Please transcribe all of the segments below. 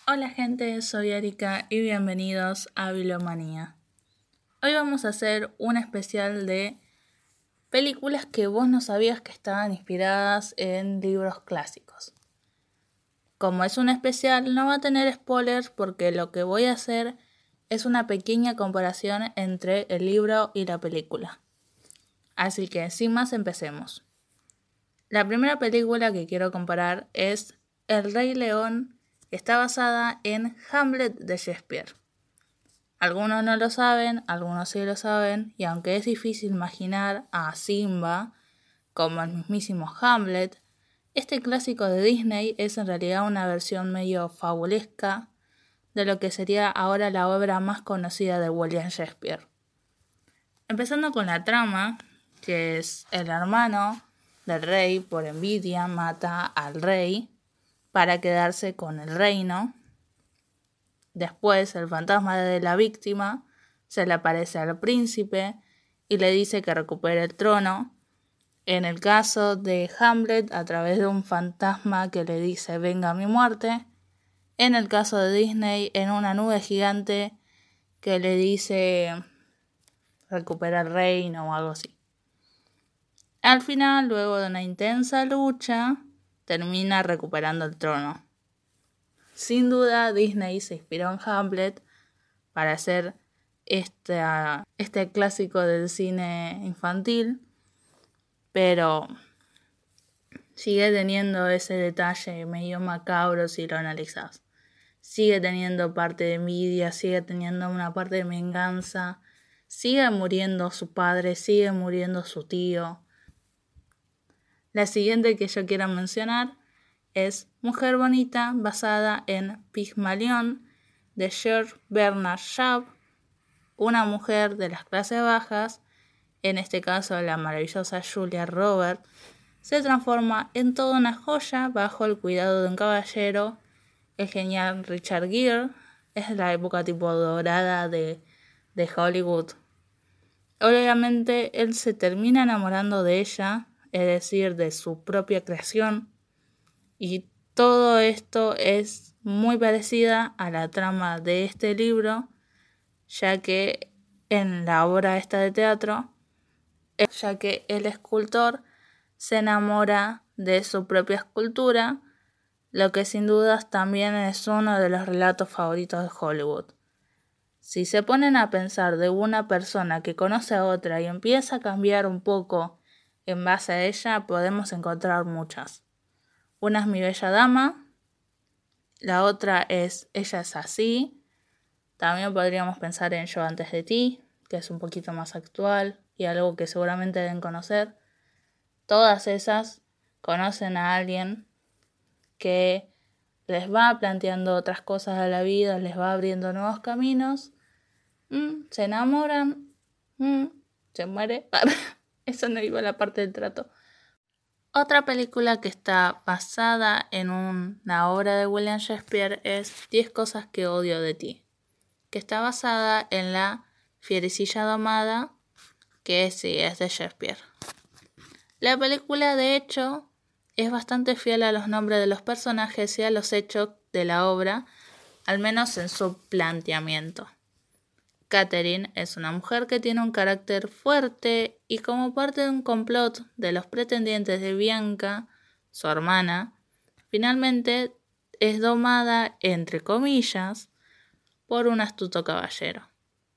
Hola gente, soy Erika y bienvenidos a Bibliomanía. Hoy vamos a hacer un especial de películas que vos no sabías que estaban inspiradas en libros clásicos. Como es un especial, no va a tener spoilers porque lo que voy a hacer es una pequeña comparación entre el libro y la película. Así que sin más empecemos. La primera película que quiero comparar es El Rey León, que está basada en Hamlet de Shakespeare. Algunos no lo saben, algunos sí lo saben, y aunque es difícil imaginar a Simba como el mismísimo Hamlet, este clásico de Disney es en realidad una versión medio fabulesca de lo que sería ahora la obra más conocida de William Shakespeare. Empezando con la trama, que es el hermano del rey por envidia mata al rey para quedarse con el reino. Después el fantasma de la víctima se le aparece al príncipe y le dice que recupere el trono. En el caso de Hamlet, a través de un fantasma que le dice venga mi muerte. En el caso de Disney, en una nube gigante que le dice recupera el reino o algo así. Al final, luego de una intensa lucha, termina recuperando el trono. Sin duda, Disney se inspiró en Hamlet para hacer este clásico del cine infantil, pero sigue teniendo ese detalle medio macabro si lo analizas. Sigue teniendo parte de envidia, sigue teniendo una parte de venganza, sigue muriendo su padre, sigue muriendo su tío. La siguiente que yo quiero mencionar es Mujer Bonita, basada en Pigmalión, de George Bernard Shaw, una mujer de las clases bajas, en este caso la maravillosa Julia Roberts, se transforma en toda una joya bajo el cuidado de un caballero, el genial Richard Gere. Es la época tipo dorada de Hollywood. Obviamente él se termina enamorando de ella, es decir, de su propia creación, y todo esto es muy parecida a la trama de este libro, ya que en la obra esta de teatro, ya que el escultor se enamora de su propia escultura, lo que sin dudas también es uno de los relatos favoritos de Hollywood. Si se ponen a pensar de una persona que conoce a otra y empieza a cambiar un poco en base a ella, podemos encontrar muchas. Una es Mi Bella Dama, la otra es Ella es así. También podríamos pensar en Yo antes de ti, que es un poquito más actual y algo que seguramente deben conocer. Todas esas conocen a alguien que les va planteando otras cosas a la vida, les va abriendo nuevos caminos. Se enamoran, se muere. Eso no iba a la parte del trato. Otra película que está basada en una obra de William Shakespeare es 10 cosas que odio de ti, que está basada en la Fierecilla Domada, que sí es de Shakespeare. La película, de hecho, es bastante fiel a los nombres de los personajes y a los hechos de la obra, al menos en su planteamiento. Catherine es una mujer que tiene un carácter fuerte y como parte de un complot de los pretendientes de Bianca, su hermana, finalmente es domada, entre comillas, por un astuto caballero.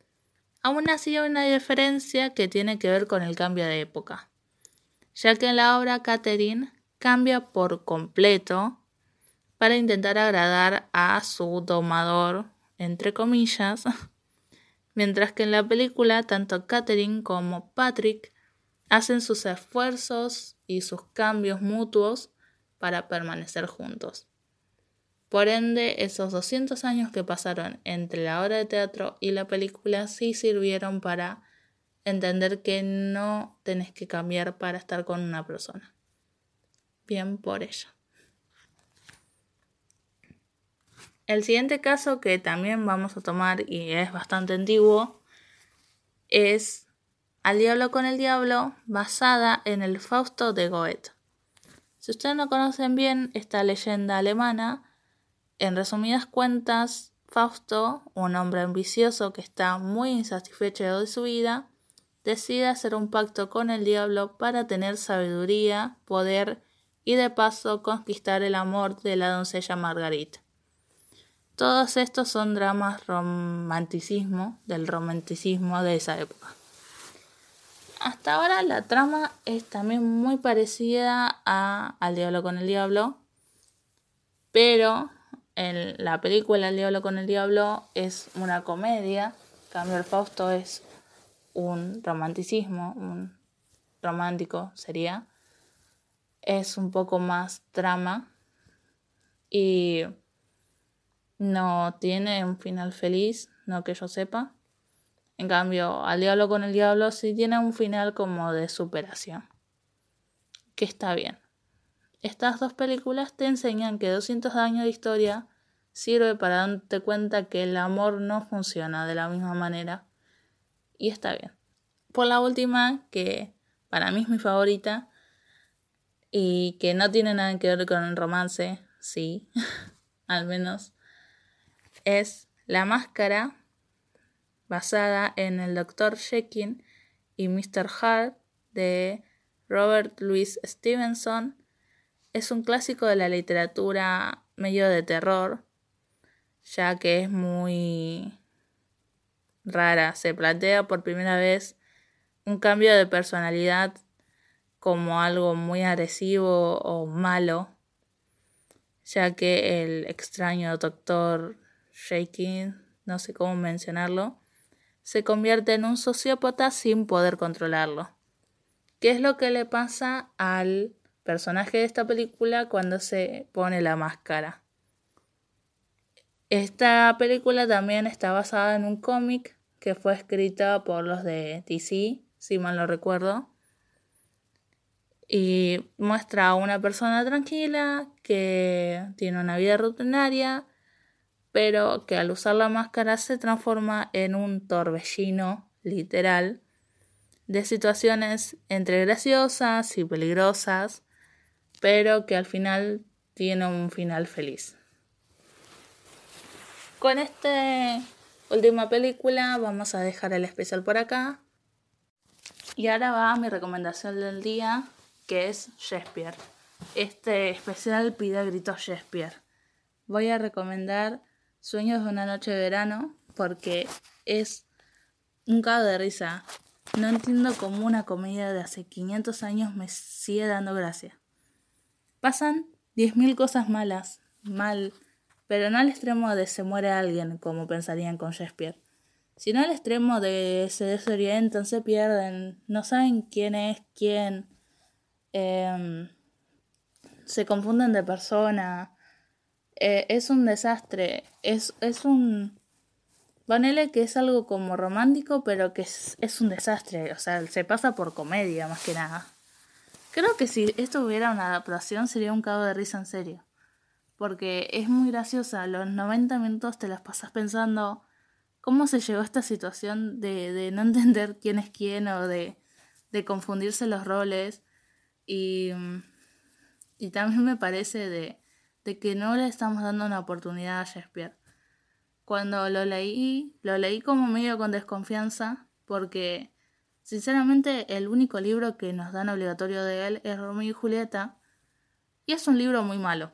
Aún así hay una diferencia que tiene que ver con el cambio de época, ya que en la obra Catherine cambia por completo para intentar agradar a su domador, entre comillas, mientras que en la película tanto Catherine como Patrick hacen sus esfuerzos y sus cambios mutuos para permanecer juntos. Por ende, esos 200 años que pasaron entre la obra de teatro y la película sí sirvieron para entender que no tenés que cambiar para estar con una persona. Bien por ella. El siguiente caso que también vamos a tomar y es bastante antiguo es Al diablo con el diablo, basada en el Fausto de Goethe. Si ustedes no conocen bien esta leyenda alemana, En resumidas cuentas, Fausto, un hombre ambicioso que está muy insatisfecho de su vida, decide hacer un pacto con el diablo para tener sabiduría, poder y de paso conquistar el amor de la doncella Margarita. Todos estos son dramas del romanticismo de esa época. Hasta ahora la trama es también muy parecida a Al Diablo con el Diablo, pero en la película El Diablo con el Diablo es una comedia, en cambio el Fausto es un romanticismo, un romántico sería, es un poco más drama y no tiene un final feliz, no que yo sepa. En cambio, Al Diablo con el Diablo sí tiene un final como de superación, que está bien. Estas dos películas te enseñan que 200 años de historia sirve para darte cuenta que el amor no funciona de la misma manera. Y está bien. Por la última, que para mí es mi favorita y que no tiene nada que ver con el romance, sí, al menos, es La Máscara, basada en el Dr. Jekyll y Mr. Hyde de Robert Louis Stevenson. Es un clásico de la literatura medio de terror, ya que es muy rara. Se plantea por primera vez un cambio de personalidad como algo muy agresivo o malo, ya que el extraño Dr. Jekyll, no sé cómo mencionarlo, se convierte en un sociópata sin poder controlarlo. ¿Qué es lo que le pasa al personaje de esta película cuando se pone la máscara? Esta película también está basada en un cómic que fue escrita por los de DC, si mal no recuerdo, y muestra a una persona tranquila que tiene una vida rutinaria, pero que al usar la máscara se transforma en un torbellino literal de situaciones entre graciosas y peligrosas, pero que al final tiene un final feliz. Con esta última película vamos a dejar el especial por acá. Y ahora va mi recomendación del día, que es Shakespeare. Este especial pide a gritos Shakespeare. Voy a recomendar Sueños de una noche de verano porque es un cago de risa. No entiendo cómo una comedia de hace 500 años me sigue dando gracia. Pasan 10.000 cosas malas, pero no al extremo de se muere alguien, como pensarían con Shakespeare, sino al extremo de se desorientan, se pierden, no saben quién es quién, se confunden de persona, es un desastre, es un... Ponele que es algo como romántico, pero que es un desastre, o sea, se pasa por comedia más que nada. Creo que si esto hubiera una adaptación sería un cago de risa en serio. Porque es muy graciosa. Los 90 minutos te las pasas pensando cómo se llegó a esta situación de no entender quién es quién o de confundirse los roles. Y también me parece de que no le estamos dando una oportunidad a Shakespeare. Cuando lo leí como medio con desconfianza porque sinceramente el único libro que nos dan obligatorio de él es Romeo y Julieta y es un libro muy malo.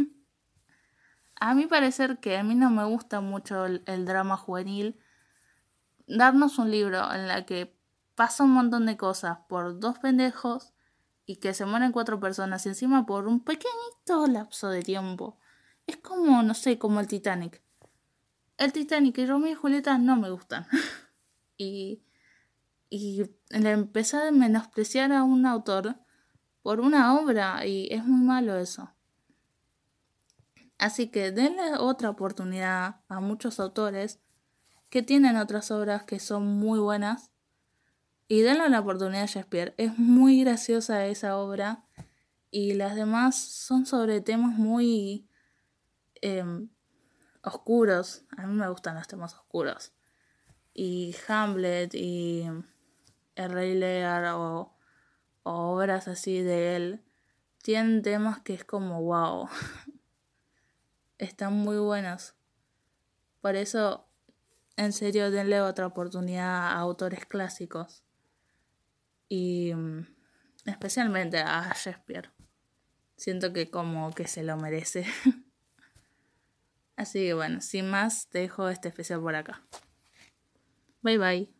A mi parecer, que a mí no me gusta mucho el drama juvenil, darnos un libro en la que pasa un montón de cosas por dos pendejos y que se mueren 4 personas y encima por un pequeñito lapso de tiempo. Es como, no sé, como el Titanic. El Titanic y Romeo y Julieta no me gustan. y le empecé a menospreciar a un autor por una obra y es muy malo eso. Así que denle otra oportunidad a muchos autores que tienen otras obras que son muy buenas y denle la oportunidad a Shakespeare. Es muy graciosa esa obra y las demás son sobre temas muy oscuros. A mí me gustan los temas oscuros. Y Hamlet y El Rey Lear o obras así de él tienen temas que es como wow. están muy buenos. Por eso, en serio, denle otra oportunidad a autores clásicos. Y especialmente a Shakespeare. Siento que como que se lo merece. Así que bueno, sin más, te dejo este especial por acá. Bye bye.